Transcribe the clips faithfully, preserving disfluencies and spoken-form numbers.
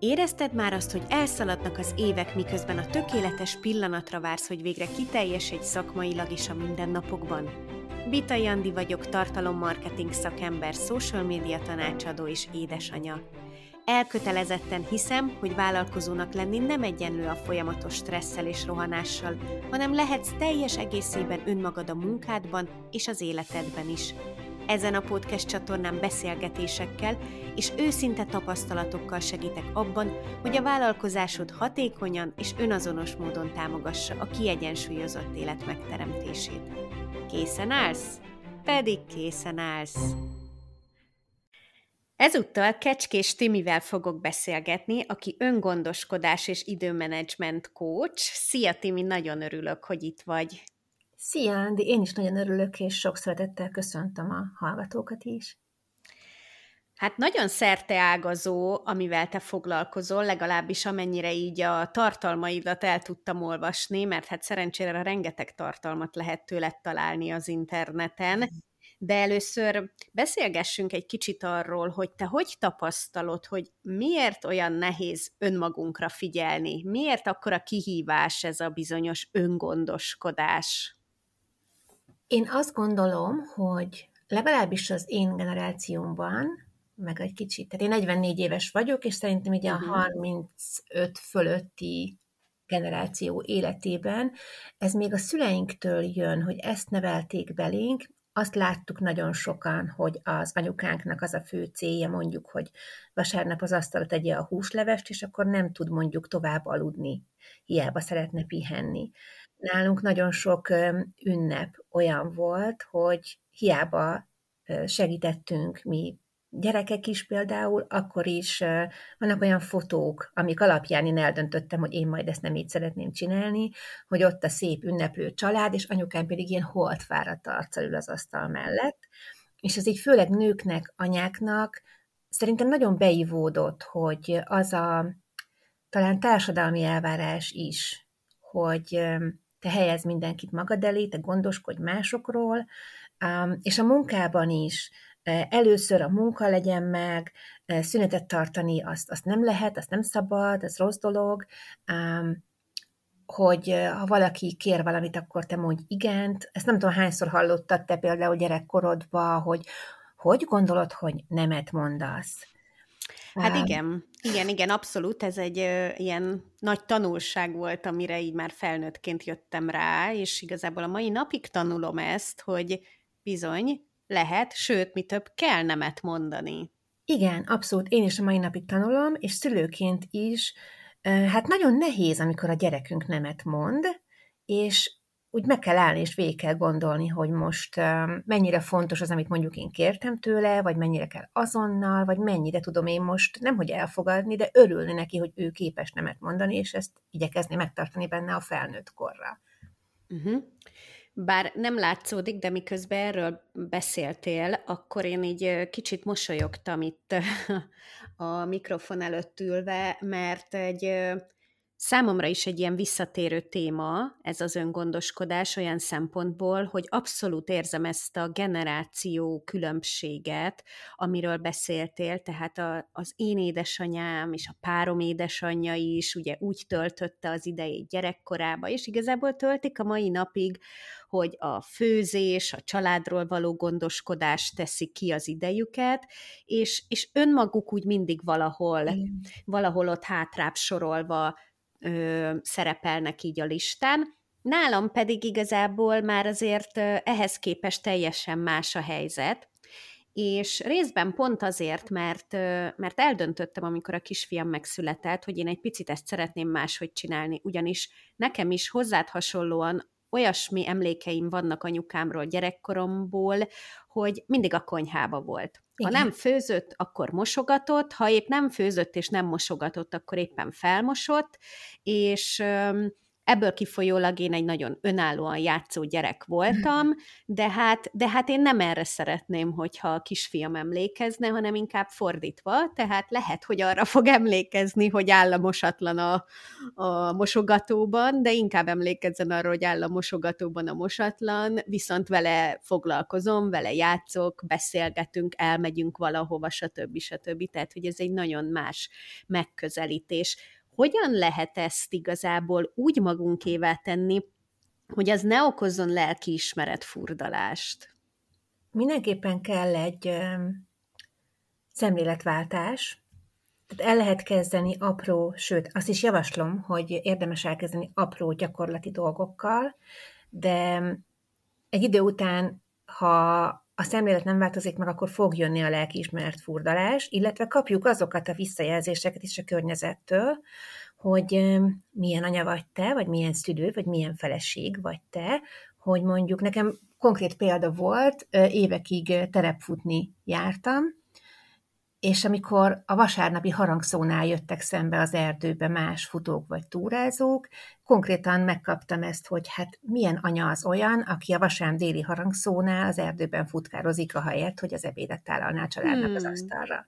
Érezted már azt, hogy elszaladnak az évek, miközben a tökéletes pillanatra vársz, hogy végre kiteljesedj szakmailag is a mindennapokban? Bitai Andi vagyok, tartalommarketing szakember, social media tanácsadó és édesanya. Elkötelezetten hiszem, hogy vállalkozónak lenni nem egyenlő a folyamatos stresszel és rohanással, hanem lehetsz teljes egészében önmagad a munkádban és az életedben is. Ezen a podcast csatornán beszélgetésekkel és őszinte tapasztalatokkal segítek abban, hogy a vállalkozásod hatékonyan és önazonos módon támogassa a kiegyensúlyozott élet megteremtését. Készen állsz? Pedig készen állsz! Ezúttal Kecskés Timivel fogok beszélgetni, aki öngondoskodás és időmenedzsment coach. Szia Timi, nagyon örülök, hogy itt vagy. Szia, Andi! Én is nagyon örülök, és sok szeretettel köszöntöm a hallgatókat is. Hát nagyon szerteágazó, amivel te foglalkozol, legalábbis amennyire így a tartalmaidat el tudtam olvasni, mert hát szerencsére rengeteg tartalmat lehet tőled találni az interneten, de először beszélgessünk egy kicsit arról, hogy te hogy tapasztalod, hogy miért olyan nehéz önmagunkra figyelni, miért akkora kihívás ez a bizonyos öngondoskodás? Én azt gondolom, hogy legalábbis az én generációmban, meg egy kicsit, tehát én negyvennégy éves vagyok, és szerintem így a uh-huh. harmincöt fölötti generáció életében ez még a szüleinktől jön, hogy ezt nevelték belénk. Azt láttuk nagyon sokan, hogy az anyukánknak az a fő célja, mondjuk, hogy vasárnap az asztalra tegye a húslevest, és akkor nem tud mondjuk tovább aludni, hiába szeretne pihenni. Nálunk nagyon sok ünnep olyan volt, hogy hiába segítettünk mi gyerekek is például, akkor is vannak olyan fotók, amik alapján én eldöntöttem, hogy én majd ezt nem így szeretném csinálni, hogy ott a szép ünneplő család, és anyukám pedig ilyen holdfáradt arccal ül az asztal mellett, és ez így főleg nőknek, anyáknak szerintem nagyon beivódott, hogy az a talán társadalmi elvárás is, hogy te helyezd mindenkit magad elé, te gondoskodj másokról, és a munkában is először a munka legyen meg, szünetet tartani azt, azt nem lehet, azt nem szabad, ez rossz dolog, hogy ha valaki kér valamit, akkor te mondj igent. Ezt nem tudom, hányszor hallottad te például gyerekkorodban, hogy hogy gondolod, hogy nemet mondasz? Hát igen, igen, igen, abszolút, ez egy ö, ilyen nagy tanulság volt, amire így már felnőttként jöttem rá, és igazából a mai napig tanulom ezt, hogy bizony lehet, sőt, mi több, kell nemet mondani. Igen, abszolút, én is a mai napig tanulom, és szülőként is, hát nagyon nehéz, amikor a gyerekünk nemet mond, és úgy meg kell állni, és végig kell gondolni, hogy most mennyire fontos az, amit mondjuk én kértem tőle, vagy mennyire kell azonnal, vagy mennyire tudom én most nemhogy elfogadni, de örülni neki, hogy ő képes nemet mondani, és ezt igyekezni megtartani benne a felnőtt korra. Uh-huh. Bár nem látszódik, de miközben erről beszéltél, akkor én így kicsit mosolyogtam itt a mikrofon előtt ülve, mert egy számomra is egy ilyen visszatérő téma ez az öngondoskodás olyan szempontból, hogy abszolút érzem ezt a generáció különbséget, amiről beszéltél, tehát a, az én édesanyám és a párom édesanyja is ugye úgy töltötte az idejét gyerekkorába, és igazából töltik a mai napig, hogy a főzés, a családról való gondoskodás teszi ki az idejüket, és, és önmaguk úgy mindig valahol, mm. valahol ott hátrább sorolva Ö, szerepelnek így a listán. Nálam pedig igazából már azért ehhez képest teljesen más a helyzet, és részben pont azért, mert, mert eldöntöttem, amikor a kisfiam megszületett, hogy én egy picit ezt szeretném máshogy csinálni, ugyanis nekem is hozzád hasonlóan olyasmi emlékeim vannak anyukámról gyerekkoromból, hogy mindig a konyhába volt. Igen. Ha nem főzött, akkor mosogatott, ha épp nem főzött és nem mosogatott, akkor éppen felmosott, és, Ebből kifolyólag én egy nagyon önállóan játszó gyerek voltam, de hát, de hát én nem erre szeretném, hogyha a kisfiam emlékezne, hanem inkább fordítva, tehát lehet, hogy arra fog emlékezni, hogy áll a mosatlan a, a mosogatóban, de inkább emlékezzen arra, hogy áll a mosogatóban a mosatlan, viszont vele foglalkozom, vele játszok, beszélgetünk, elmegyünk valahova, stb. stb. Tehát, hogy ez egy nagyon más megközelítés. Hogyan lehet ezt igazából úgy magunkévá tenni, hogy az ne okozzon lelkiismeret furdalást? Mindenképpen kell egy ö, szemléletváltás. Tehát el lehet kezdeni apró, sőt, azt is javaslom, hogy érdemes elkezdeni apró gyakorlati dolgokkal, de egy idő után, ha a szemlélet nem változik meg, akkor fog jönni a lelkiismeret furdalás, illetve kapjuk azokat a visszajelzéseket is a környezettől, hogy milyen anya vagy te, vagy milyen szülő, vagy milyen feleség vagy te, hogy mondjuk nekem konkrét példa volt, évekig terepfutni jártam, és amikor a vasárnapi harangszónál jöttek szembe az erdőbe más futók vagy túrázók, konkrétan megkaptam ezt, hogy hát milyen anya az olyan, aki a vasárnap déli harangszónál az erdőben futkározik ahelyett, hogy az ebédet tálalná a családnak hmm. az asztalra.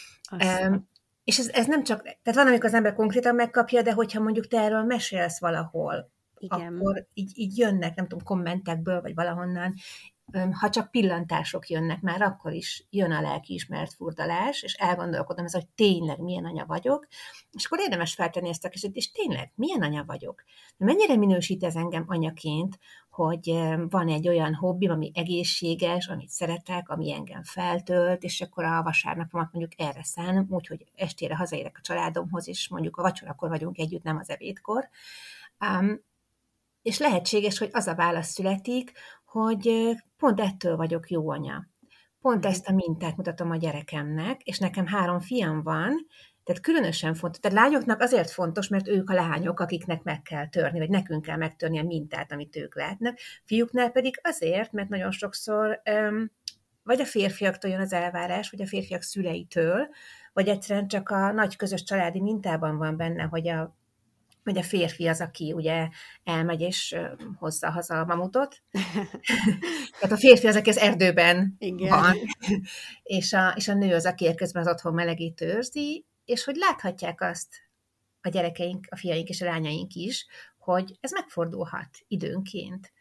Um, és ez, ez nem csak, tehát van, amikor az ember konkrétan megkapja, de hogyha mondjuk te erről mesélsz valahol, igen. akkor így, így jönnek, nem tudom, kommentekből, vagy valahonnan, ha csak pillantások jönnek, már akkor is jön a lelkiismeret furdalás, és elgondolkodom ez, hogy tényleg milyen anya vagyok, és akkor érdemes feltenni ezt a kérdést, és tényleg milyen anya vagyok? Mennyire minősít ez engem anyaként, hogy van egy olyan hobbim, ami egészséges, amit szeretek, ami engem feltölt, és akkor a vasárnapomat mondjuk erre szánom, úgyhogy estére hazaérek a családomhoz, és mondjuk a vacsorakor vagyunk együtt, nem az ebédkor. Um, és lehetséges, hogy az a válasz születik, hogy pont ettől vagyok jó anya. Pont ezt a mintát mutatom a gyerekemnek, és nekem három fiam van, tehát különösen fontos. Tehát lányoknak azért fontos, mert ők a lányok, akiknek meg kell törni, vagy nekünk kell megtörni a mintát, amit ők látnak. Fiúknál pedig azért, mert nagyon sokszor um, vagy a férfiaktól jön az elvárás, vagy a férfiak szüleitől, vagy egyszerűen csak a nagy közös családi mintában van benne, hogy a hogy a férfi az, aki ugye elmegy és hozza haza a mamutot. Tehát a férfi az, aki az erdőben igen. van, és a, és a nő az, aki közben az otthon melegítő őrzi, és hogy láthatják azt a gyerekeink, a fiaink és a lányaink is, hogy ez megfordulhat időnként.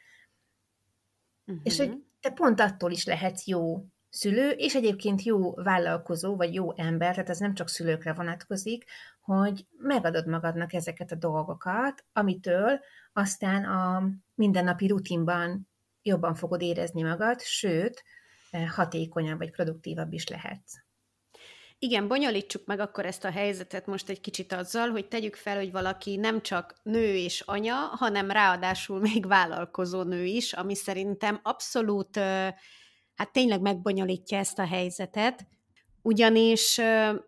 Uh-huh. És hogy te pont attól is lehetsz jó szülő, és egyébként jó vállalkozó, vagy jó ember, tehát ez nem csak szülőkre vonatkozik, hogy megadod magadnak ezeket a dolgokat, amitől aztán a mindennapi rutinban jobban fogod érezni magad, sőt, hatékonyabb vagy produktívabb is lehetsz. Igen, bonyolítsuk meg akkor ezt a helyzetet most egy kicsit azzal, hogy tegyük fel, hogy valaki nem csak nő és anya, hanem ráadásul még vállalkozó nő is, ami szerintem abszolút, hát tényleg megbonyolítja ezt a helyzetet, ugyanis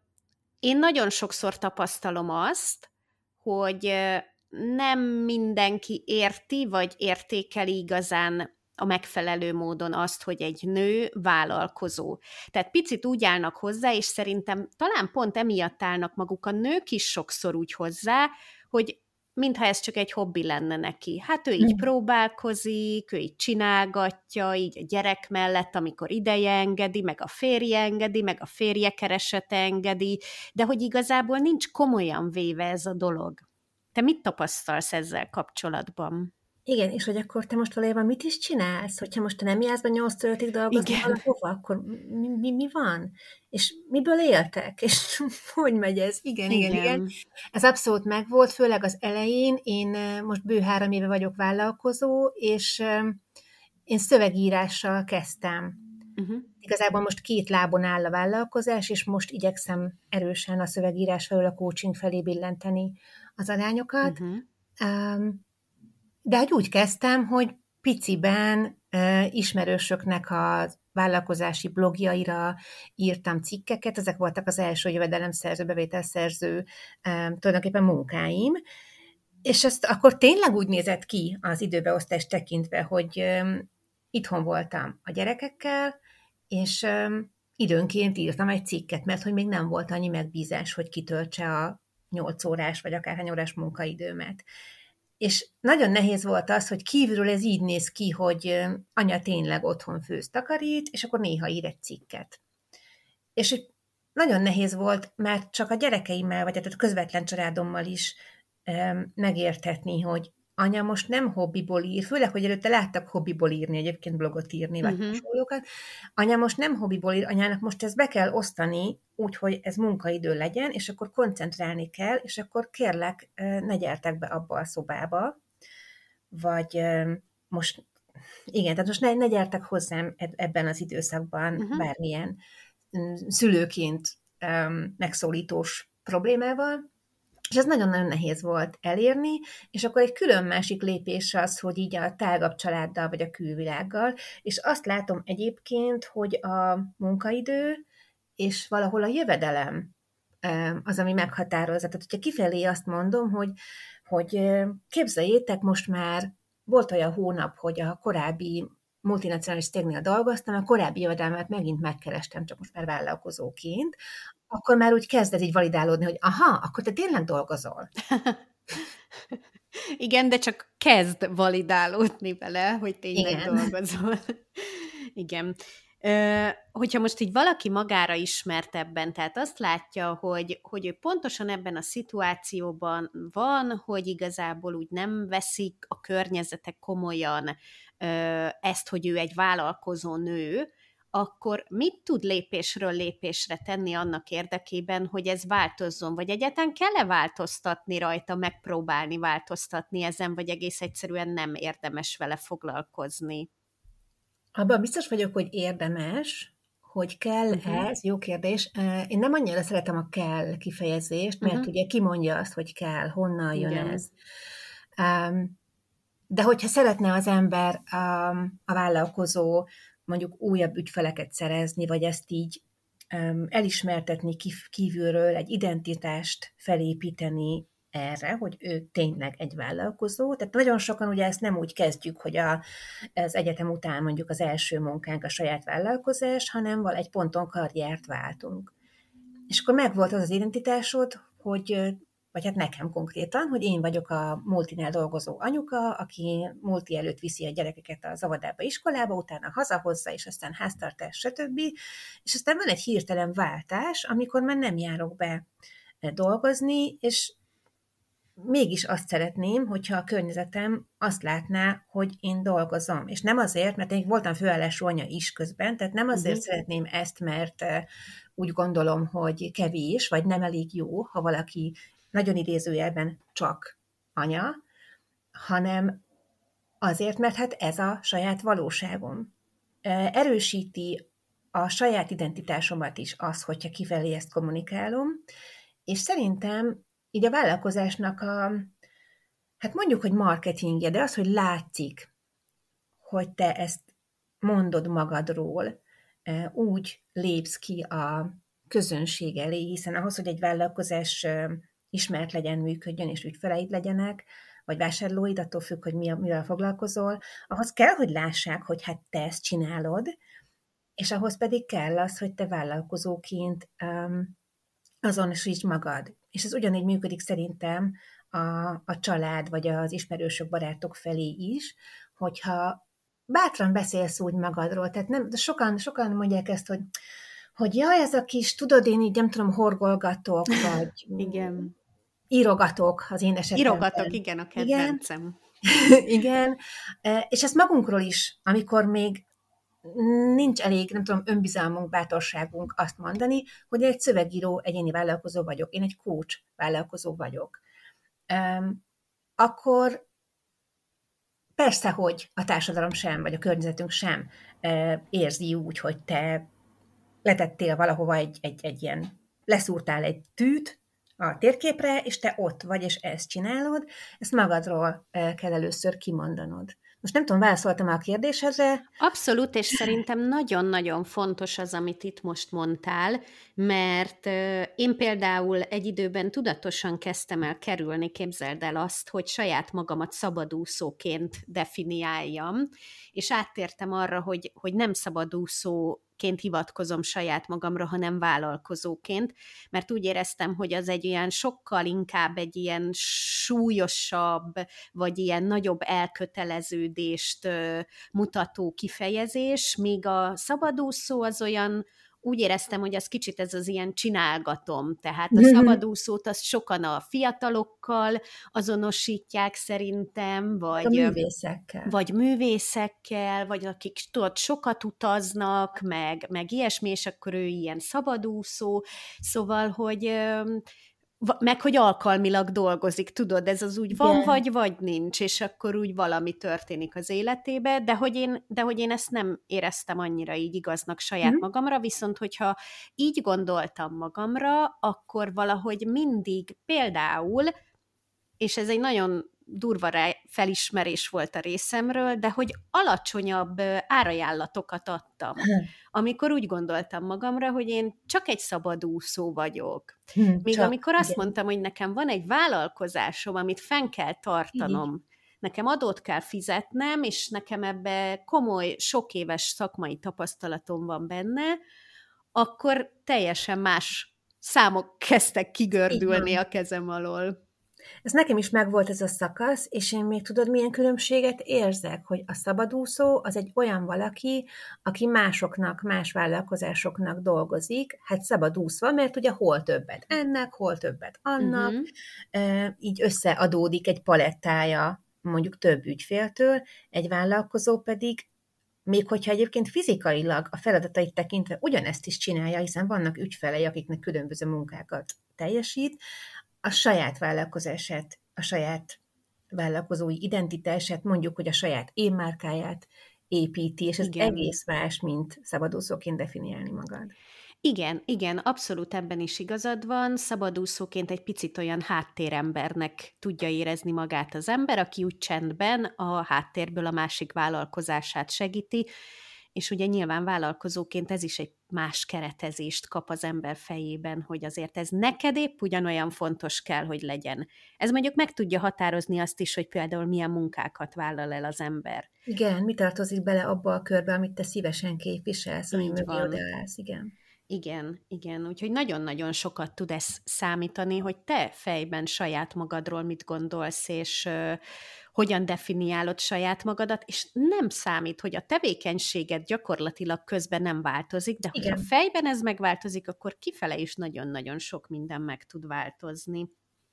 én nagyon sokszor tapasztalom azt, hogy nem mindenki érti, vagy értékeli igazán a megfelelő módon azt, hogy egy nő vállalkozó. Tehát picit úgy állnak hozzá, és szerintem talán pont emiatt állnak maguk a nők is sokszor úgy hozzá, hogy mintha ez csak egy hobbi lenne neki. Hát ő így próbálkozik, ő így csinálgatja, így a gyerek mellett, amikor ideje engedi, meg a férje engedi, meg a férje keresete engedi, de hogy igazából nincs komolyan véve ez a dolog. Te mit tapasztalsz ezzel kapcsolatban? Igen, és hogy akkor te most valójában mit is csinálsz? Hogyha most te nem jársz be nyolctól ötig dolgozni valahova, akkor mi, mi, mi van? És miből éltek? És hogy megy ez? Igen, igen, igen, igen. Ez abszolút megvolt, főleg az elején. Én most bő három éve vagyok vállalkozó, és én szövegírással kezdtem. Uh-huh. Igazából most két lábon áll a vállalkozás, és most igyekszem erősen a szövegírás felől a coaching felé billenteni az arányokat. Uh-huh. Um, De hogy úgy kezdtem, hogy piciben uh, ismerősöknek a vállalkozási blogjaira írtam cikkeket, ezek voltak az első jövedelemszerző, bevételszerző um, tulajdonképpen munkáim, és ezt akkor tényleg úgy nézett ki az időbeosztást tekintve, hogy um, itthon voltam a gyerekekkel, és um, időnként írtam egy cikket, mert hogy még nem volt annyi megbízás, hogy kitöltse a nyolc órás, vagy akárhány órás munkaidőmet. És nagyon nehéz volt az, hogy kívülről ez így néz ki, hogy anya tényleg otthon főz, takarít, és akkor néha ír egy cikket. És nagyon nehéz volt már csak a gyerekeimmel, vagy a közvetlen családommal is megértetni, hogy anya most nem hobbiból ír, főleg, hogy előtte láttak hobbiból írni, egyébként blogot írni, vagy uh-huh. hasonlókat. Anya most nem hobbiból ír, anyának most ezt be kell osztani, úgy, hogy ez munkaidő legyen, és akkor koncentrálni kell, és akkor kérlek, ne gyertek be abba a szobába, vagy most, igen, tehát most ne, ne gyertek hozzám ebben az időszakban uh-huh. bármilyen szülőként megszólítós problémával, és ez nagyon-nagyon nehéz volt elérni, és akkor egy külön másik lépés az, hogy így a tágabb családdal, vagy a külvilággal, és azt látom egyébként, hogy a munkaidő, és valahol a jövedelem az, ami meghatározza. Tehát, hogyha kifelé azt mondom, hogy, hogy képzeljétek, most már volt olyan hónap, hogy a korábbi multinacionális cégnél dolgoztam, a korábbi jövedelmet megint megkerestem, csak most már vállalkozóként, akkor már úgy kezded így validálódni, hogy aha, akkor te tényleg dolgozol. Igen, de csak kezd validálódni vele, hogy tényleg Igen. dolgozol. Igen. Ö, hogyha most így valaki magára ismertebben, tehát azt látja, hogy, hogy ő pontosan ebben a szituációban van, hogy igazából úgy nem veszik a környezetek komolyan ö, ezt, hogy ő egy vállalkozó nő, akkor mit tud lépésről lépésre tenni annak érdekében, hogy ez változzon? Vagy egyáltalán kell-e változtatni rajta, megpróbálni változtatni ezen, vagy egész egyszerűen nem érdemes vele foglalkozni? Abban biztos vagyok, hogy érdemes, hogy kell uh-huh. ez, jó kérdés. Én nem annyira szeretem a kell kifejezést, mert uh-huh. ugye ki mondja azt, hogy kell, honnan jön Igen. ez. De hogyha szeretne az ember, a vállalkozó mondjuk újabb ügyfeleket szerezni, vagy ezt így elismertetni kívülről, egy identitást felépíteni erre, hogy ő tényleg egy vállalkozó. Tehát nagyon sokan ugye ezt nem úgy kezdjük, hogy a, az egyetem után mondjuk az első munkánk a saját vállalkozás, hanem val egy ponton karriert váltunk. És akkor megvolt az az identitásod, hogy, vagy hát nekem konkrétan, hogy én vagyok a multinál dolgozó anyuka, aki multi előtt viszi a gyerekeket az óvodába, iskolába, utána hazahozza, és aztán háztartás, stb. És aztán van egy hirtelen váltás, amikor már nem járok be dolgozni, és mégis azt szeretném, hogyha a környezetem azt látná, hogy én dolgozom. És nem azért, mert én voltam főállású anya is közben, tehát nem azért uh-huh. szeretném ezt, mert úgy gondolom, hogy kevés, vagy nem elég jó, ha valaki nagyon idézőjelben csak anya, hanem azért, mert hát ez a saját valóságom. Erősíti a saját identitásomat is az, hogyha kifelé ezt kommunikálom, és szerintem így a vállalkozásnak a, hát mondjuk, hogy marketingje, de az, hogy látszik, hogy te ezt mondod magadról, úgy lépsz ki a közönség elé, hiszen ahhoz, hogy egy vállalkozás ismert legyen, működjön, és ügyfeleid legyenek, vagy vásárlóid, attól függ, hogy mi a, mivel foglalkozol, ahhoz kell, hogy lássák, hogy hát te ezt csinálod, és ahhoz pedig kell az, hogy te vállalkozóként um, azonosítsd magad. És ez ugyanígy működik szerintem a, a család, vagy az ismerősök, barátok felé is, hogyha bátran beszélsz úgy magadról, tehát nem, de sokan, sokan mondják ezt, hogy, hogy jaj, ez a kis, tudod, én így nem tudom, horgolgatok, vagy igen. írogatok az én esetemben. Írogatok, igen, a kedvencem. Igen, igen. És ezt magunkról is, amikor még nincs elég, nem tudom, önbizalmunk, bátorságunk azt mondani, hogy én egy szövegíró, egyéni vállalkozó vagyok, én egy coach vállalkozó vagyok. Um, akkor persze, hogy a társadalom sem, vagy a környezetünk sem uh, érzi úgy, hogy te letettél valahova egy, egy, egy ilyen, leszúrtál egy tűt a térképre, és te ott vagy, és ezt csinálod, ezt magadról uh, kell először kimondanod. Most nem tudom, válaszoltam a kérdésedre. Abszolút, és szerintem nagyon-nagyon fontos az, amit itt most mondtál, mert én például egy időben tudatosan kezdtem el kerülni, képzeld el azt, hogy saját magamat szabadúszóként definiáljam, és áttértem arra, hogy, hogy nem szabadúszó szabadúszóként hivatkozom saját magamra, hanem vállalkozóként, mert úgy éreztem, hogy az egy ilyen sokkal inkább egy ilyen súlyosabb, vagy ilyen nagyobb elköteleződést mutató kifejezés, míg a szabadúszó az olyan, úgy éreztem, hogy az kicsit ez az ilyen csinálgatom, tehát a szabadúszót azt sokan a fiatalokkal azonosítják szerintem, vagy a művészekkel. vagy művészekkel, vagy akik tudod, sokat utaznak, meg, meg ilyesmi, és akkor ő ilyen szabadúszó, szóval, hogy meg hogy alkalmilag dolgozik, tudod, ez az úgy van, yeah. vagy, vagy nincs, és akkor úgy valami történik az életébe, de hogy én, de hogy én ezt nem éreztem annyira így igaznak saját mm. magamra, viszont hogyha így gondoltam magamra, akkor valahogy mindig például, és ez egy nagyon durva felismerés volt a részemről, de hogy alacsonyabb árajánlatokat adtam. Amikor úgy gondoltam magamra, hogy én csak egy szabadúszó vagyok. Hmm, Míg csak, amikor azt igen. mondtam, hogy nekem van egy vállalkozásom, amit fenn kell tartanom, igen. nekem adót kell fizetnem, és nekem ebbe komoly, sok éves szakmai tapasztalatom van benne, akkor teljesen más számok kezdtek kigördülni igen. a kezem alól. Ez nekem is megvolt ez a szakasz, és én még tudod, milyen különbséget érzek, hogy a szabadúszó az egy olyan valaki, aki másoknak, más vállalkozásoknak dolgozik, hát szabadúszva, mert ugye hol többet ennek, hol többet annak, uh-huh. így összeadódik egy palettája mondjuk több ügyféltől, egy vállalkozó pedig, még hogyha egyébként fizikailag a feladatait tekintve ugyanezt is csinálja, hiszen vannak ügyfelei, akiknek különböző munkákat teljesít, a saját vállalkozását, a saját vállalkozói identitását, mondjuk, hogy a saját énmárkáját építi, és ez igen. egész más, mint szabadúszóként definiálni magad. Igen, igen, abszolút ebben is igazad van. Szabadúszóként egy picit olyan háttérembernek tudja érezni magát az ember, aki úgy csendben a háttérből a másik vállalkozását segíti, és ugye nyilván vállalkozóként ez is egy más keretezést kap az ember fejében, hogy azért ez neked épp ugyanolyan fontos kell, hogy legyen. Ez mondjuk meg tudja határozni azt is, hogy például milyen munkákat vállal el az ember. Igen, mi tartozik bele abba a körbe, amit te szívesen képviselsz, ami mögé odaállsz, igen. Igen, igen, úgyhogy nagyon-nagyon sokat tud ez számítani, hogy te fejben saját magadról mit gondolsz, és uh, hogyan definiálod saját magadat, és nem számít, hogy a tevékenységed gyakorlatilag közben nem változik, de hogyha fejben ez megváltozik, akkor kifele is nagyon-nagyon sok minden meg tud változni.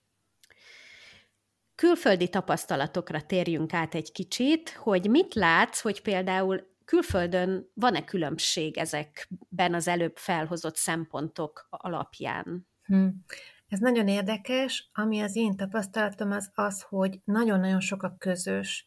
Külföldi tapasztalatokra térjünk át egy kicsit, hogy mit látsz, hogy például külföldön van-e különbség ezekben az előbb felhozott szempontok alapján? Hmm. Ez nagyon érdekes. Ami az én tapasztalatom az az, hogy nagyon-nagyon sok a közös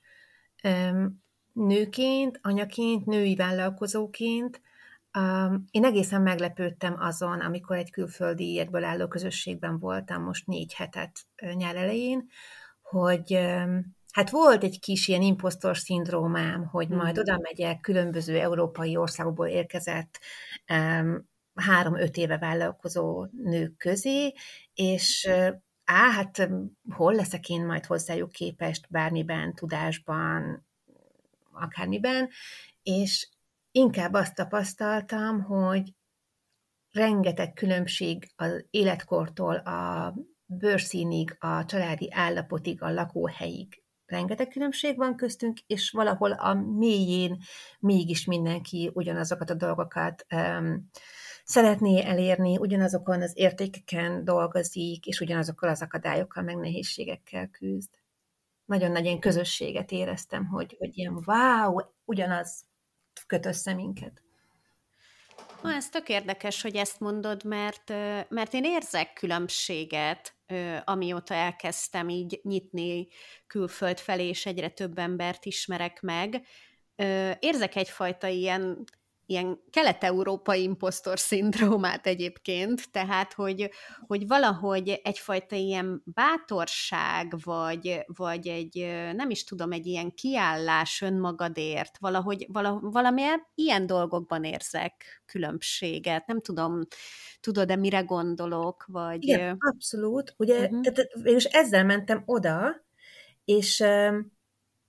nőként, anyaként, női vállalkozóként. Én egészen meglepődtem azon, amikor egy külföldiekből álló közösségben voltam most négy hetet nyár elején, hogy hát volt egy kis ilyen imposztor szindrómám, hogy majd oda megyek különböző európai országokból érkezett um, három-öt éve vállalkozó nők közé, és á, hát hol leszek én majd hozzájuk képest bármiben, tudásban, akármiben, és inkább azt tapasztaltam, hogy rengeteg különbség az életkortól a bőrszínig, a családi állapotig, a lakóhelyig. Rengeteg különbség van köztünk, és valahol a mélyén mégis mindenki ugyanazokat a dolgokat um, szeretné elérni, ugyanazokon az értékeken dolgozik, és ugyanazokkal az akadályokkal, meg nehézségekkel küzd. Nagyon nagy ilyen közösséget éreztem, hogy, hogy ilyen wow, ugyanaz köt össze minket. Na, ez tök érdekes, hogy ezt mondod, mert, mert én érzek különbséget, amióta elkezdtem így nyitni külföld felé, és egyre több embert ismerek meg. Érzek egyfajta ilyen, ilyen kelet-európai imposztor szindrómát egyébként, tehát, hogy, hogy valahogy egyfajta ilyen bátorság, vagy, vagy egy, nem is tudom, egy ilyen kiállás önmagadért, valahogy vala, valamilyen ilyen dolgokban érzek különbséget. Nem tudom, tudod-e, mire gondolok? Vagy... Igen, abszolút. Ugye, uh-huh. tehát, és ezzel mentem oda, és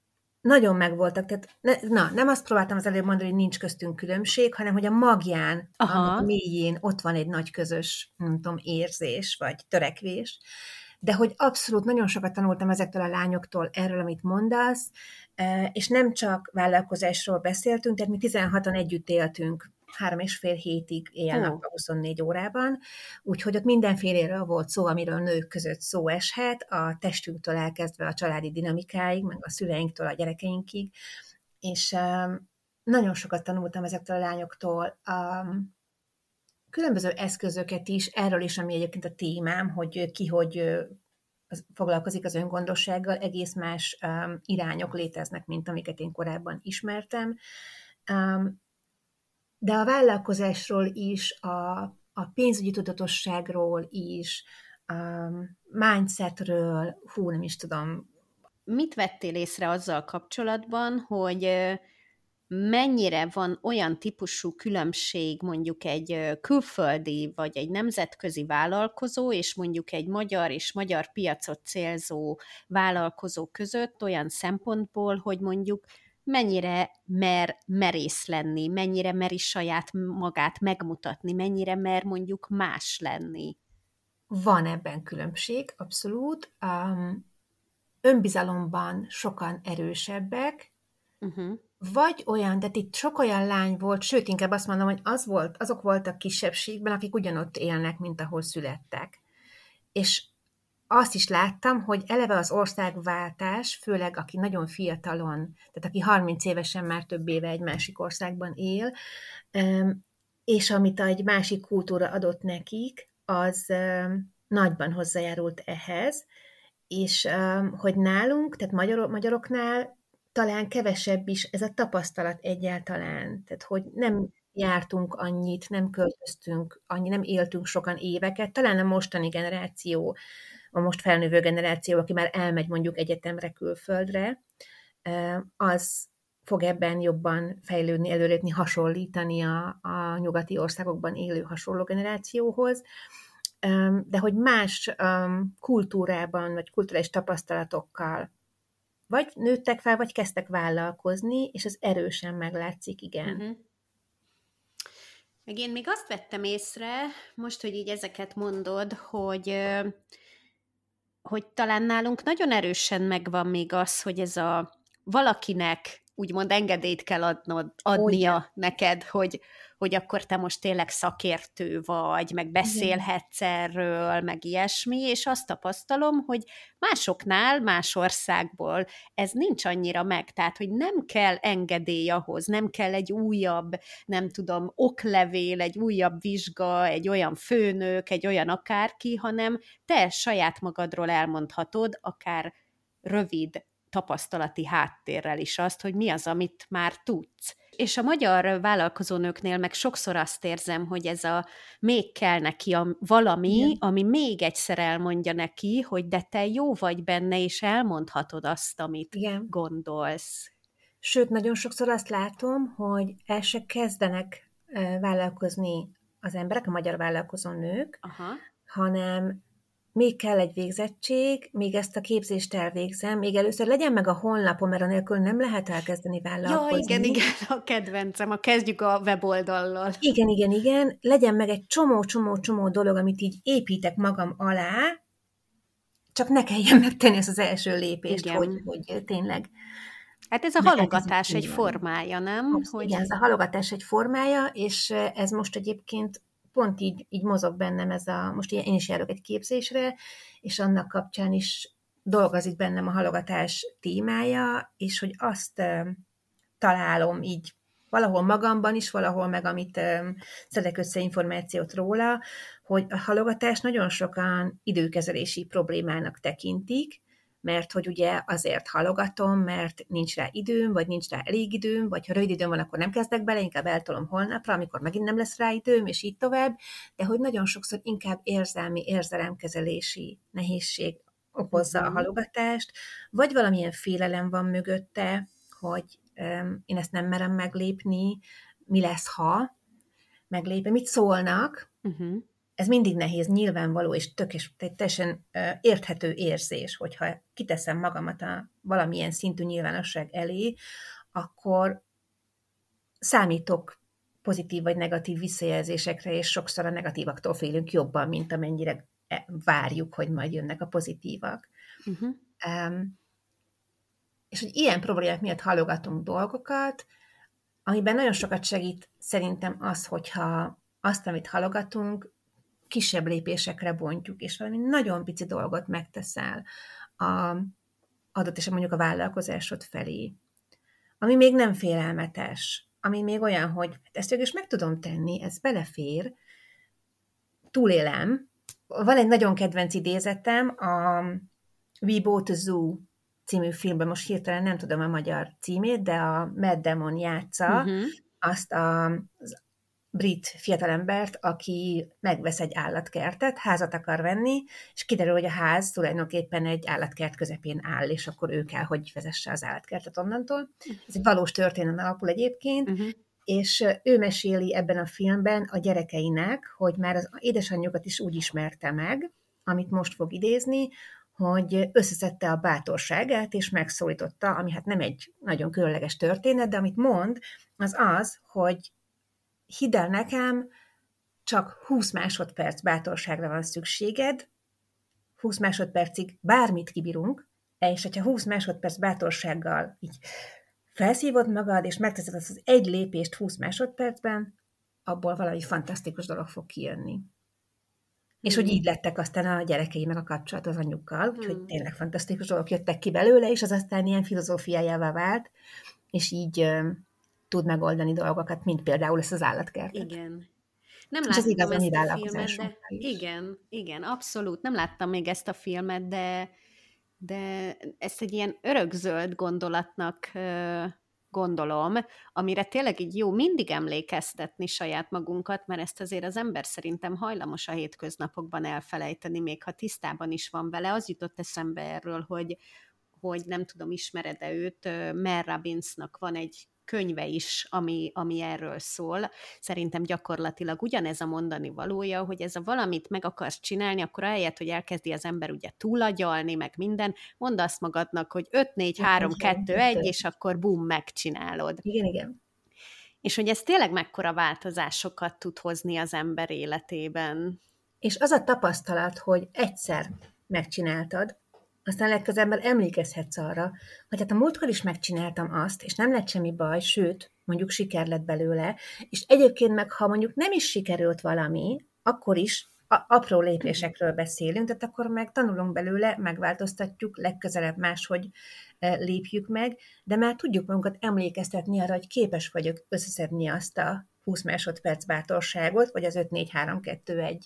nagyon megvoltak, tehát ne, na, nem azt próbáltam az előbb mondani, hogy nincs köztünk különbség, hanem hogy a magján, annak a Aha. mélyén ott van egy nagy közös, nem tudom, érzés, vagy törekvés, de hogy abszolút nagyon sokat tanultam ezektől a lányoktól erről, amit mondasz, és nem csak vállalkozásról beszéltünk, tehát mi tizenhatan együtt éltünk három és fél hétig éjjel-nappal huszonnégy órában, úgyhogy ott mindenféléről volt szó, amiről nők között szó eshet, a testünktől elkezdve a családi dinamikáig, meg a szüleinktől a gyerekeinkig, és um, nagyon sokat tanultam ezektől a lányoktól, um, különböző eszközöket is, erről is, ami egyébként a témám, hogy ki hogy foglalkozik az öngondossággal, egész más um, irányok léteznek, mint amiket én korábban ismertem. Um, de a vállalkozásról is, a, a pénzügyi tudatosságról is, a mindsetről, hú, nem is tudom. Mit vettél észre azzal kapcsolatban, hogy mennyire van olyan típusú különbség mondjuk egy külföldi vagy egy nemzetközi vállalkozó, és mondjuk egy magyar és magyar piacot célzó vállalkozó között olyan szempontból, hogy mondjuk mennyire mer merész lenni, mennyire meri saját magát megmutatni, mennyire mer mondjuk más lenni? Van ebben különbség, abszolút. Um, önbizalomban sokan erősebbek, uh-huh. Vagy olyan, de itt sok olyan lány volt, sőt, inkább azt mondom, hogy az volt, azok voltak kisebbségben, akik ugyanott élnek, mint ahol születtek. És azt is láttam, hogy eleve az országváltás, főleg aki nagyon fiatalon, tehát aki harminc évesen már több éve egy másik országban él, és amit egy másik kultúra adott nekik, az nagyban hozzájárult ehhez, és hogy nálunk, tehát magyar, magyaroknál talán kevesebb is ez a tapasztalat egyáltalán, tehát hogy nem jártunk annyit, nem költöztünk annyi, nem éltünk sokan éveket, talán a mostani generáció, a most felnővő generáció, aki már elmegy mondjuk egyetemre, külföldre, az fog ebben jobban fejlődni, előrépni, hasonlítani a, a nyugati országokban élő hasonló generációhoz, de hogy más kultúrában, vagy kulturális tapasztalatokkal vagy nőttek fel, vagy kezdtek vállalkozni, és ez erősen meglátszik, igen. Uh-huh. Meg én még azt vettem észre, most, hogy így ezeket mondod, hogy, hogy talán nálunk nagyon erősen megvan még az, hogy ez a valakinek úgymond engedélyt kell adnod, adnia oh, neked, hogy, hogy akkor te most tényleg szakértő vagy, meg beszélhetsz erről, meg ilyesmi, és azt tapasztalom, hogy másoknál, más országból ez nincs annyira meg, tehát, hogy nem kell engedély ahhoz, nem kell egy újabb, nem tudom, oklevél, egy újabb vizsga, egy olyan főnök, egy olyan akárki, hanem te saját magadról elmondhatod, akár rövid tapasztalati háttérrel is azt, hogy mi az, amit már tudsz. És a magyar vállalkozónőknél meg sokszor azt érzem, hogy ez a még kell neki a valami, igen. Ami még egyszer elmondja neki, hogy de te jó vagy benne, és elmondhatod azt, amit igen. gondolsz. Sőt, nagyon sokszor azt látom, hogy el se kezdenek vállalkozni az emberek, a magyar vállalkozó nők, aha. hanem még kell egy végzettség, még ezt a képzést elvégzem, még először legyen meg a honlapom, mert anélkül nem lehet elkezdeni vállalkozni. Ja, igen, igen, a kedvencem, a kezdjük a weboldallal. Igen, igen, igen, legyen meg egy csomó-csomó-csomó dolog, amit így építek magam alá, csak ne kelljen megtenni ezt az első lépést, hogy, hogy tényleg... Hát ez a halogatás egy formája, nem? Abszett, hogy... Igen, ez a halogatás egy formája, és ez most egyébként pont így, így mozog bennem ez a, most én is járok egy képzésre, és annak kapcsán is dolgozik bennem a halogatás témája, és hogy azt uh, találom így valahol magamban is, valahol meg, amit um, szedek össze információt róla, hogy a halogatás nagyon sokan időkezelési problémának tekintik, mert hogy ugye azért halogatom, mert nincs rá időm, vagy nincs rá elég időm, vagy ha rövid időm van, akkor nem kezdek bele, inkább eltolom holnapra, amikor megint nem lesz rá időm, és így tovább, de hogy nagyon sokszor inkább érzelmi, érzelemkezelési nehézség okozza uh-huh. a halogatást, vagy valamilyen félelem van mögötte, hogy um, én ezt nem merem meglépni, mi lesz, ha meglépem, mit szólnak, uh-huh. ez mindig nehéz, nyilvánvaló, és tök és teljesen érthető érzés, hogyha kiteszem magamat a valamilyen szintű nyilvánosság elé, akkor számítok pozitív vagy negatív visszajelzésekre, és sokszor a negatívaktól félünk jobban, mint amennyire várjuk, hogy majd jönnek a pozitívak. Uh-huh. Um, és hogy ilyen problémák miatt halogatunk dolgokat, amiben nagyon sokat segít szerintem az, hogyha azt, amit halogatunk, kisebb lépésekre bontjuk, és valami nagyon pici dolgot megteszel a, adott esetben mondjuk a vállalkozásod felé, ami még nem félelmetes, ami még olyan, hogy ezt végül is meg tudom tenni, ez belefér, túlélem. Van egy nagyon kedvenc idézetem, a We Bought a Zoo című filmben, most hirtelen nem tudom a magyar címét, de a Matt Damon játsza uh-huh. azt a, az brit fiatalembert, aki megvesz egy állatkertet, házat akar venni, és kiderül, hogy a ház tulajdonképpen egy állatkert közepén áll, és akkor ő kell, hogy vezesse az állatkertet onnantól. Ez egy valós történet alapul egyébként, uh-huh. és ő meséli ebben a filmben a gyerekeinek, hogy már az édesanyjukat is úgy ismerte meg, amit most fog idézni, hogy összeszedte a bátorságát, és megszólította, ami hát nem egy nagyon különleges történet, de amit mond, az az, hogy hidd el nekem, csak húsz másodperc bátorságra van szükséged, húsz másodpercig bármit kibírunk, és hogyha húsz másodperc bátorsággal így felszívod magad, és megteszed azt az egy lépést húsz másodpercben, abból valami fantasztikus dolog fog kijönni. Hmm. És hogy így lettek aztán a gyerekeinek a kapcsolat az anyukkal, hmm. úgyhogy tényleg fantasztikus dolgok jöttek ki belőle, és az aztán ilyen filozófiájává vált, és így uh, tud megoldani dolgokat, mint például ezt az állatkertet. Igen. Nem láttam igaz, ezt a filmet, de igen, igen, abszolút. Nem láttam még ezt a filmet, de, de ezt egy ilyen örökzöld gondolatnak uh, gondolom, amire tényleg így jó mindig emlékeztetni saját magunkat, mert ezt azért az ember szerintem hajlamos a hétköznapokban elfelejteni, még ha tisztában is van vele. Az jutott eszembe erről, hogy, hogy nem tudom, ismered-e őt, Mel Robbinsnak van egy könyve is, ami, ami erről szól. Szerintem gyakorlatilag ugyanez a mondani valója, hogy ez a valamit meg akarsz csinálni, akkor ahelyett, hogy elkezdi az ember ugye túlagyalni, meg minden, mondd azt magadnak, hogy öt, négy, három, kettő, egy, és akkor bum, megcsinálod. Igen, igen. És hogy ez tényleg mekkora változásokat tud hozni az ember életében. És az a tapasztalat, hogy egyszer megcsináltad, aztán legközelebb emlékezhetsz arra, hogy hát a múltkor is megcsináltam azt, és nem lett semmi baj, sőt, mondjuk siker lett belőle, és egyébként meg, ha mondjuk nem is sikerült valami, akkor is a- apró lépésekről beszélünk, tehát akkor meg tanulunk belőle, megváltoztatjuk, legközelebb máshogy lépjük meg, de már tudjuk magunkat emlékeztetni arra, hogy képes vagyok összeszedni azt a húsz másodperc bátorságot, vagy az öt, négy, három, kettő, egy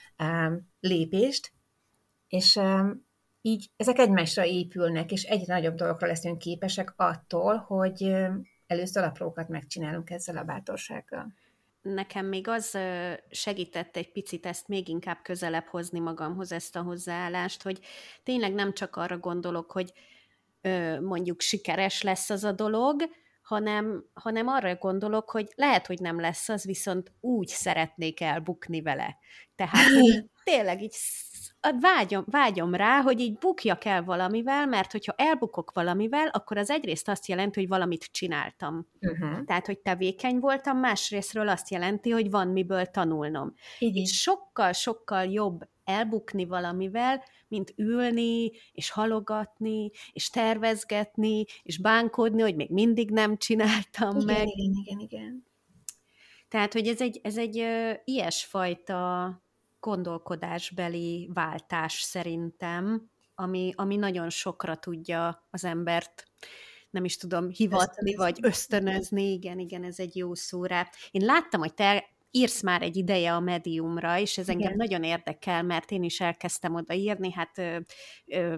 lépést, és így ezek egymásra épülnek, és egyre nagyobb dolgokra leszünk képesek attól, hogy először aprókat megcsinálunk ezzel a bátorsággal. Nekem még az segített egy picit ezt még inkább közelebb hozni magamhoz, ezt a hozzáállást, hogy tényleg nem csak arra gondolok, hogy mondjuk sikeres lesz az a dolog, hanem, hanem arra gondolok, hogy lehet, hogy nem lesz az, viszont úgy szeretnék elbukni vele. Tehát, hogy tényleg így vágyom, vágyom rá, hogy így bukjak el valamivel, mert hogyha elbukok valamivel, akkor az egyrészt azt jelenti, hogy valamit csináltam. Uh-huh. Tehát, hogy tevékeny voltam, másrésztről azt jelenti, hogy van miből tanulnom. Így és sokkal-sokkal jobb elbukni valamivel, mint ülni, és halogatni, és tervezgetni, és bánkodni, hogy még mindig nem csináltam igen, meg. Igen, igen, igen. Tehát, hogy ez egy, ez egy uh, ilyesfajta gondolkodásbeli váltás szerintem, ami, ami nagyon sokra tudja az embert, nem is tudom, hivatni, vagy ösztönözni. Igen, igen, ez egy jó szó rá. Én láttam, hogy te írsz már egy ideje a Mediumra, és ez engem igen. nagyon érdekel, mert én is elkezdtem odaírni, hát ö, ö,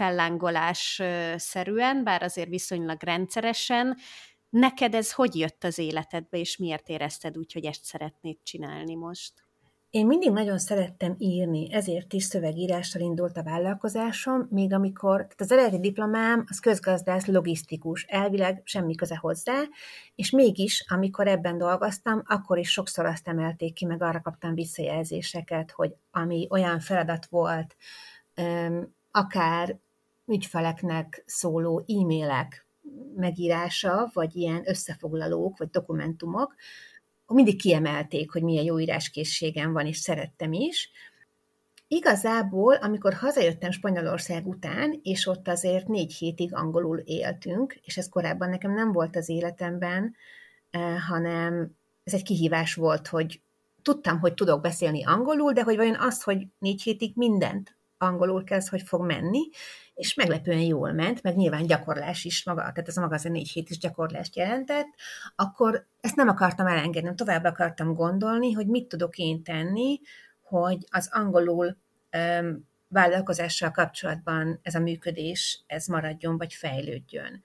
fellángolás-szerűen, bár azért viszonylag rendszeresen. Neked ez hogy jött az életedbe, és miért érezted úgy, hogy ezt szeretnéd csinálni most? Én mindig nagyon szerettem írni, ezért is szövegírással indult a vállalkozásom, még amikor, tehát az eredeti diplomám az közgazdász, logisztikus, elvileg semmi köze hozzá, és mégis, amikor ebben dolgoztam, akkor is sokszor azt emelték ki, meg arra kaptam visszajelzéseket, hogy ami olyan feladat volt, akár ügyfeleknek szóló e-mailek megírása, vagy ilyen összefoglalók, vagy dokumentumok, mindig kiemelték, hogy milyen jó íráskészségem van, és szerettem is. Igazából, amikor hazajöttem Spanyolország után, és ott azért négy hétig angolul éltünk, és ez korábban nekem nem volt az életemben, hanem ez egy kihívás volt, hogy tudtam, hogy tudok beszélni angolul, de hogy vajon az, hogy négy hétig mindent angolul kezd, hogy fog menni, és meglepően jól ment, meg nyilván gyakorlás is maga, tehát ez a maga az a négy hét is gyakorlást jelentett, akkor ezt nem akartam elengedni, tovább akartam gondolni, hogy mit tudok én tenni, hogy az angolul um, vállalkozással kapcsolatban ez a működés, ez maradjon, vagy fejlődjön.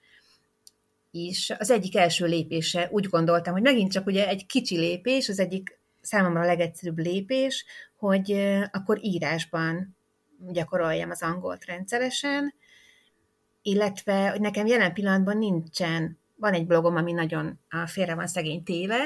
És az egyik első lépése, úgy gondoltam, hogy megint csak ugye egy kicsi lépés, az egyik számomra a legegyszerűbb lépés, hogy uh, akkor írásban gyakoroljam az angolt rendszeresen, illetve, hogy nekem jelen pillanatban nincsen, van egy blogom, ami nagyon félre van szegény téve,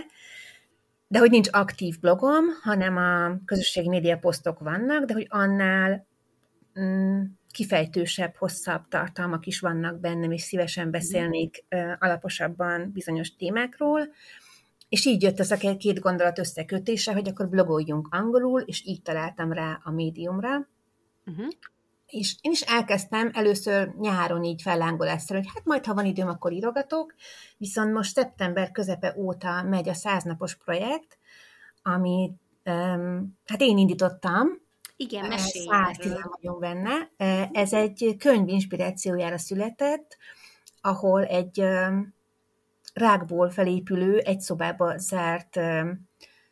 de hogy nincs aktív blogom, hanem a közösségi média posztok vannak, de hogy annál mm, kifejtősebb, hosszabb tartalmak is vannak bennem, és szívesen beszélnék uh, alaposabban bizonyos témákról, és így jött ez a két gondolat összekötése, hogy akkor blogoljunk angolul, és így találtam rá a médiumra. Uh-huh. És én is elkezdtem először nyáron így fellángolásszerűen, hogy hát majd, ha van időm, akkor írogatok, viszont most szeptember közepe óta megy a száznapos projekt, amit um, hát én indítottam. Igen, mesélj száztízen vagyunk benne. Ez egy könyv inspirációjára született, ahol egy um, rákból felépülő, egy szobába zárt um,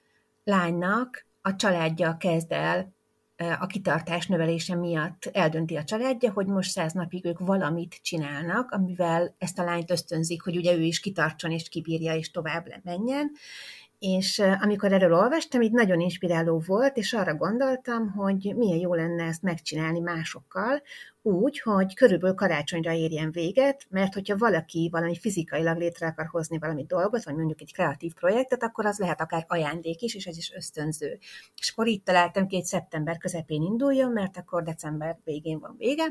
lánynak a családja kezd el a kitartás növelése miatt eldönti a családja, hogy most száz napig ők valamit csinálnak, amivel ezt a lányt ösztönzik, hogy ugye ő is kitartson, és kibírja, és tovább menjen. És amikor erről olvastam, így nagyon inspiráló volt, és arra gondoltam, hogy milyen jó lenne ezt megcsinálni másokkal, úgy, hogy körülbelül karácsonyra érjen véget, mert hogyha valaki valami fizikailag létre akar hozni valami dolgot, vagy mondjuk egy kreatív projektet, akkor az lehet akár ajándék is, és ez is ösztönző. És akkor így találtam ki, hogy szeptember közepén induljon, mert akkor december végén van vége,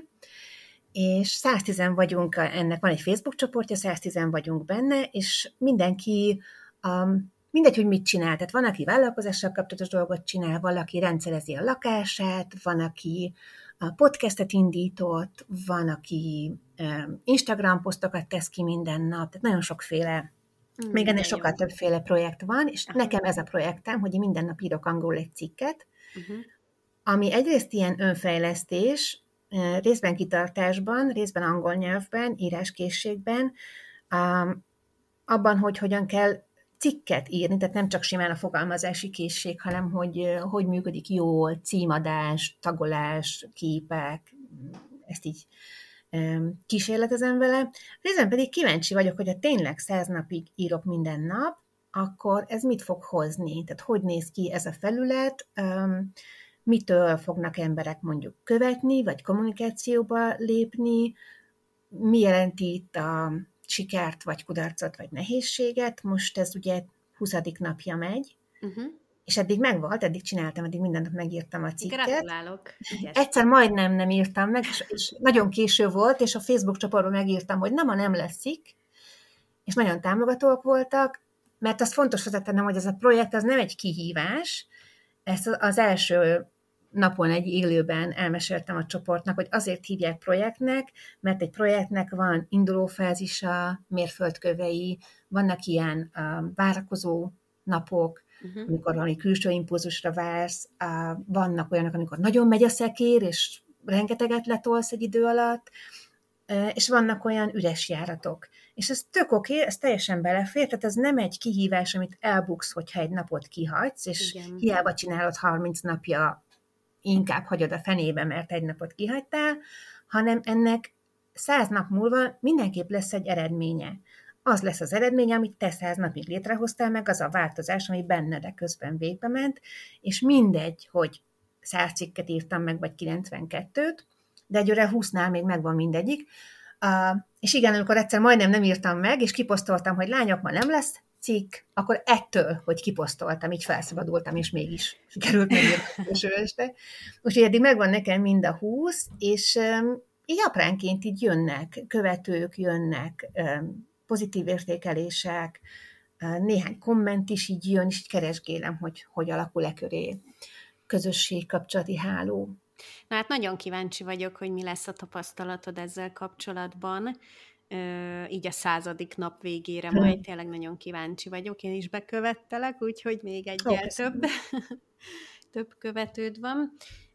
és száztízen vagyunk, ennek van egy Facebook csoportja, száztízen vagyunk benne, és mindenki um, mindegy, hogy mit csinál. Tehát van, aki vállalkozással kapcsolatos dolgot csinál, valaki rendszerezi a lakását, van, aki a podcastet indított, van, aki Instagram posztokat tesz ki minden nap, tehát nagyon sokféle, mm, még ennél sokkal jó. Többféle projekt van, és Aha. nekem ez a projektem, hogy én minden nap írok angolul egy cikket, uh-huh. ami egyrészt ilyen önfejlesztés, részben kitartásban, részben angol nyelvben, íráskészségben, abban, hogy hogyan kell cikket írni, tehát nem csak simán a fogalmazási készség, hanem hogy hogy működik jól, címadás, tagolás, képek, ezt így kísérletezem vele. Részben pedig kíváncsi vagyok, hogy ha tényleg száz napig írok minden nap, akkor ez mit fog hozni? Tehát hogy néz ki ez a felület, mitől fognak emberek mondjuk követni, vagy kommunikációba lépni, mi jelenti itt a sikert, vagy kudarcot, vagy nehézséget. Most ez ugye huszadik napja megy, uh-huh. és eddig megvolt, eddig csináltam, eddig minden nap megírtam a cikket. Gratulálok! Ügyes. Egyszer majdnem nem írtam meg, és, és nagyon késő volt, és a Facebook csoportban megírtam, hogy nem, a nem leszik, és nagyon támogatóak voltak, mert az fontos hozzátennem, hogy ez a projekt az nem egy kihívás, ezt az első napon egy élőben elmeséltem a csoportnak, hogy azért hívják projektnek, mert egy projektnek van indulófázisa, mérföldkövei, vannak ilyen uh, várakozó napok, uh-huh. amikor valami külső impulzusra vársz, uh, vannak olyanok, amikor nagyon megy a szekér, és rengeteget letolsz egy idő alatt, uh, és vannak olyan üres járatok. És ez tök oké, ez teljesen belefér, tehát ez nem egy kihívás, amit elbuksz, hogyha egy napot kihagysz, és Igen. hiába csinálod harminc napja, inkább hagyod a fenébe, mert egy napot kihagytál, hanem ennek száz nap múlva mindenképp lesz egy eredménye, az lesz az eredmény, amit te száz napig létrehoztál, meg az a változás, ami benned közben végbe ment, és mindegy, hogy száz cikket írtam meg, vagy kilencvenkettőt, de egyre húsznál még megvan mindegyik. Uh, és igen, amikor egyszer majdnem nem írtam meg, és kiposztoltam, hogy lányok, ma nem lesz cikk, akkor ettől, hogy kiposztoltam, így felszabadultam, és mégis sikerült megírni a este. Úgyhogy eddig megvan nekem mind a húsz, és um, így apránként így jönnek, követők jönnek, um, pozitív értékelések, uh, néhány komment is így jön, és így keresgélem, hogy hogy alakul-e köré közösség, kapcsolati háló. Na hát nagyon kíváncsi vagyok, hogy mi lesz a tapasztalatod ezzel kapcsolatban, így a századik nap végére hmm. majd tényleg nagyon kíváncsi vagyok. Én is bekövettelek, úgyhogy még egyel oh, több, több követőd van.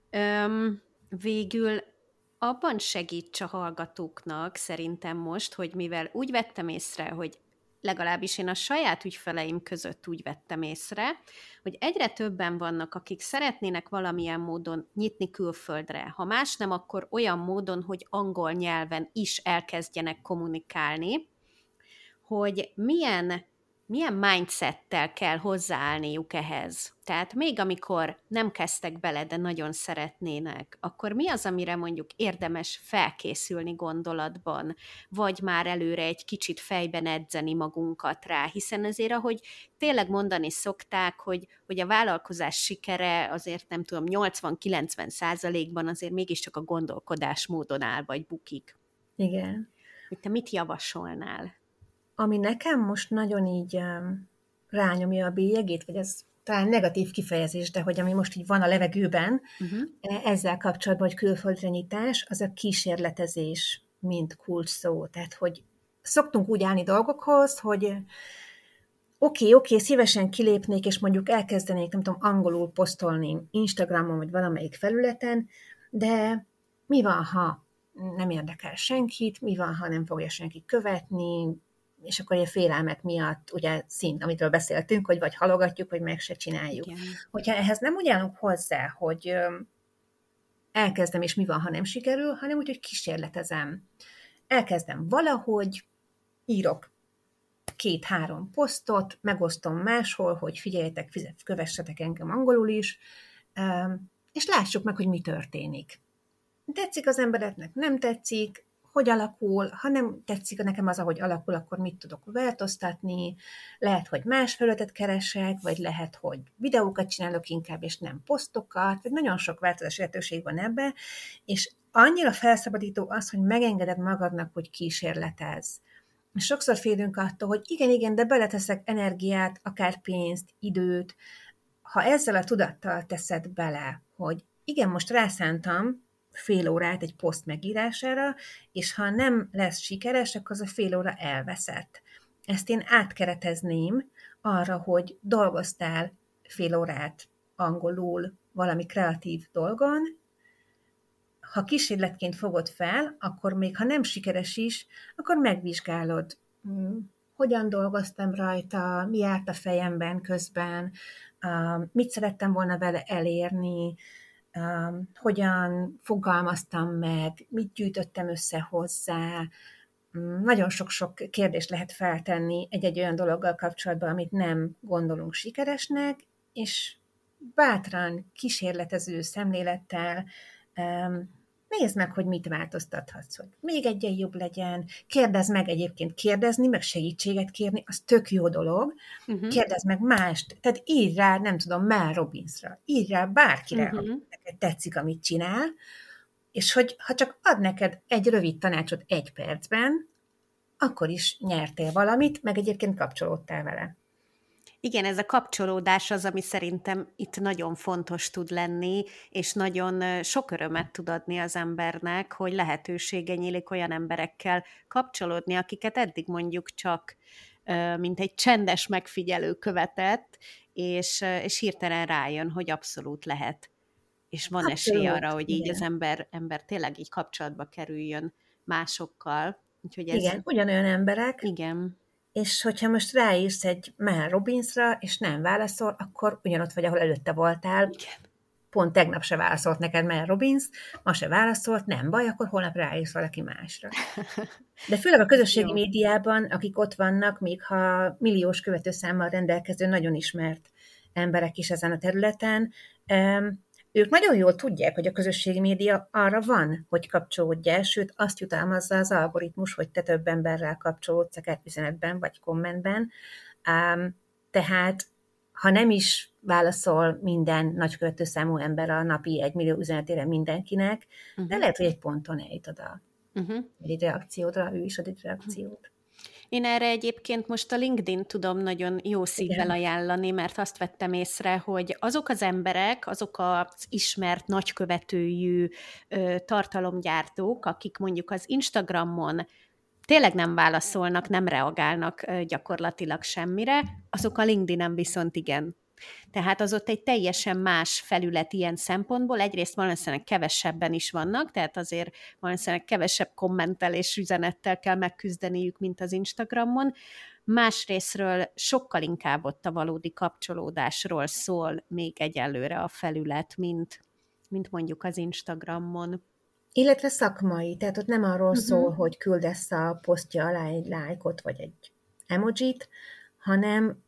Üm, végül abban segíts a hallgatóknak szerintem most, hogy mivel úgy vettem észre, hogy legalábbis én a saját ügyfeleim között úgy vettem észre, hogy egyre többen vannak, akik szeretnének valamilyen módon nyitni külföldre. Ha más nem, akkor olyan módon, hogy angol nyelven is elkezdjenek kommunikálni, hogy milyen, milyen mindsettel kell hozzáállniuk ehhez. Tehát még amikor nem kezdtek bele, de nagyon szeretnének, akkor mi az, amire mondjuk érdemes felkészülni gondolatban, vagy már előre egy kicsit fejben edzeni magunkat rá, hiszen azért, ahogy tényleg mondani szokták, hogy, hogy a vállalkozás sikere azért nem tudom, nyolcvan-kilencven százalékban azért mégiscsak a gondolkodásmódon áll, vagy bukik. Igen. Hogy te mit javasolnál? Ami nekem most nagyon így um, rányomja a bélyegét, vagy ez talán negatív kifejezés, de hogy ami most így van a levegőben, uh-huh. ezzel kapcsolatban, hogy külföldre nyitás, az a kísérletezés, mint kulcs szó. Tehát, hogy szoktunk úgy állni dolgokhoz, hogy oké, okay, oké, okay, szívesen kilépnék, és mondjuk elkezdenék, nem tudom, angolul posztolni Instagramon, vagy valamelyik felületen, de mi van, ha nem érdekel senkit, mi van, ha nem fogja senki követni, és akkor a félelmek miatt, ugye szint, amitől beszéltünk, hogy vagy halogatjuk, vagy meg se csináljuk. Igen. Hogyha ehhez nem úgy állunk hozzá, hogy elkezdem, és mi van, ha nem sikerül, hanem úgy, hogy kísérletezem. Elkezdem valahogy, írok két-három posztot, megosztom máshol, hogy figyeljetek, kövessetek engem angolul is, és lássuk meg, hogy mi történik. Tetszik az embereknek, nem tetszik, hogy alakul, ha nem tetszik nekem az, ahogy alakul, akkor mit tudok változtatni, lehet, hogy más felületet keresek, vagy lehet, hogy videókat csinálok inkább, és nem posztokat, vagy nagyon sok változás lehetőség van ebbe, és annyira felszabadító az, hogy megengeded magadnak, hogy kísérletezz. Sokszor félünk attól, hogy igen, igen, de beleteszek energiát, akár pénzt, időt. Ha ezzel a tudattal teszed bele, hogy igen, most rászántam fél órát egy poszt megírására, és ha nem lesz sikeres, akkor az a fél óra elveszett. Ezt én átkeretezném arra, hogy dolgoztál fél órát angolul valami kreatív dolgon, ha kísérletként fogod fel, akkor még ha nem sikeres is, akkor megvizsgálod, hogyan dolgoztam rajta, mi járt a fejemben közben, mit szerettem volna vele elérni, hogyan fogalmaztam meg, mit gyűjtöttem össze hozzá. Nagyon sok-sok kérdést lehet feltenni egy-egy olyan dologgal kapcsolatban, amit nem gondolunk sikeresnek, és bátran, kísérletező szemlélettel nézd meg, hogy mit változtathatsz, hogy még egyen jobb legyen, kérdezd meg egyébként, kérdezni, meg segítséget kérni, az tök jó dolog, uh-huh. Kérdezd meg mást, tehát írj rá, nem tudom, Mel Robbinsra, írj rá bárkire, uh-huh. Hogy neked tetszik, amit csinál, és hogy ha csak ad neked egy rövid tanácsot egy percben, akkor is nyertél valamit, meg egyébként kapcsolódtál vele. Igen, ez a kapcsolódás az, ami szerintem itt nagyon fontos tud lenni, és nagyon sok örömet tud adni az embernek, hogy lehetősége nyílik olyan emberekkel kapcsolódni, akiket eddig mondjuk csak mint egy csendes megfigyelő követett, és, és hirtelen rájön, hogy abszolút lehet. És van abszolút esély arra, hogy így igen. Az ember, ember tényleg így kapcsolatba kerüljön másokkal. Úgyhogy ez... Igen, ugyanolyan emberek. Igen. És hogyha most ráírsz egy Mel Robbinsra, és nem válaszol, akkor ugyanott vagy, ahol előtte voltál. Igen. pont tegnap se válaszolt neked Mel Robbins, ma se válaszolt, nem baj, akkor holnap rájössz valaki másra. De főleg a közösségi médiában, akik ott vannak, még ha milliós követőszámmal rendelkező, nagyon ismert emberek is ezen a területen, ők nagyon jól tudják, hogy a közösségi média arra van, hogy kapcsolódj el, sőt azt jutalmazza az algoritmus, hogy te több emberrel kapcsolódsz, akár üzenetben vagy kommentben. Tehát ha nem is válaszol minden nagy követőszámú ember a napi egymillió üzenetére mindenkinek, uh-huh. de lehet, hogy egy ponton eljutod a uh-huh. egy reakciódra, ő is ad egy reakciót. Én erre egyébként most a LinkedIn tudom nagyon jó szívvel Igen. ajánlani, mert azt vettem észre, hogy azok az emberek, azok az ismert nagykövetőjű ö, tartalomgyártók, akik mondjuk az Instagramon tényleg nem válaszolnak, nem reagálnak ö, gyakorlatilag semmire, azok a LinkedInen viszont igen. Tehát az ott egy teljesen más felület ilyen szempontból. Egyrészt valószínűleg kevesebben is vannak, tehát azért valószínűleg kevesebb kommentelés üzenettel kell megküzdeniük, mint az Instagramon. Másrésztről sokkal inkább ott a valódi kapcsolódásról szól még egyelőre a felület, mint, mint mondjuk az Instagramon. Illetve szakmai, tehát ott nem arról uh-huh. szól, hogy küldesz a posztja alá egy lájkot vagy egy emojit, hanem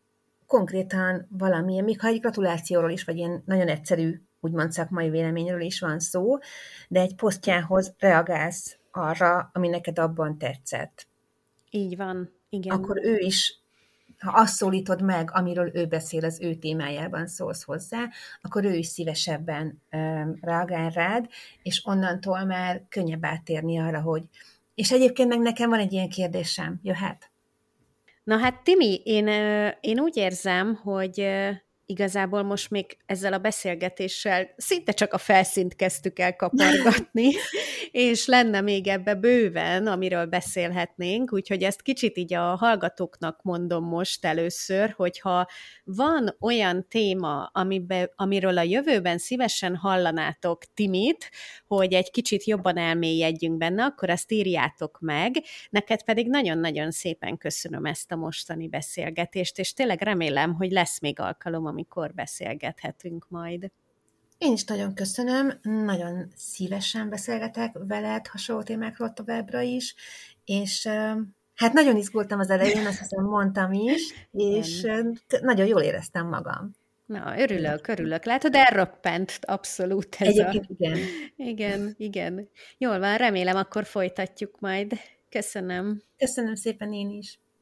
konkrétan valamilyen, még ha egy gratulációról is, vagy ilyen nagyon egyszerű, úgymond szakmai véleményről is van szó, de egy posztjához reagálsz arra, ami neked abban tetszett. Így van, igen. Akkor ő is, ha azt szólítod meg, amiről ő beszél, az ő témájában szólsz hozzá, akkor ő is szívesebben um, reagál rád, és onnantól már könnyebb áttérni arra, hogy... És egyébként meg nekem van egy ilyen kérdésem, jöhet? Na hát Timi, én, én úgy érzem, hogy igazából most még ezzel a beszélgetéssel szinte csak a felszínt kezdtük el kapargatni, és lenne még ebbe bőven, amiről beszélhetnénk, úgyhogy ezt kicsit így a hallgatóknak mondom most először, hogyha van olyan téma, amibe, amiről a jövőben szívesen hallanátok Timit, hogy egy kicsit jobban elmélyedjünk benne, akkor azt írjátok meg. Neked pedig nagyon-nagyon szépen köszönöm ezt a mostani beszélgetést, és tényleg remélem, hogy lesz még alkalom, amikor beszélgethetünk majd. Én is nagyon köszönöm, nagyon szívesen beszélgetek veled hasonló témákról továbbra is, és hát nagyon izgultam az elején, azt hiszem mondtam is, és igen. nagyon jól éreztem magam. Na, örülök, örülök. Látod, elröppent abszolút ez Egyébként a... igen. Igen, igen. Jól van, remélem, akkor folytatjuk majd. Köszönöm. Köszönöm szépen én is.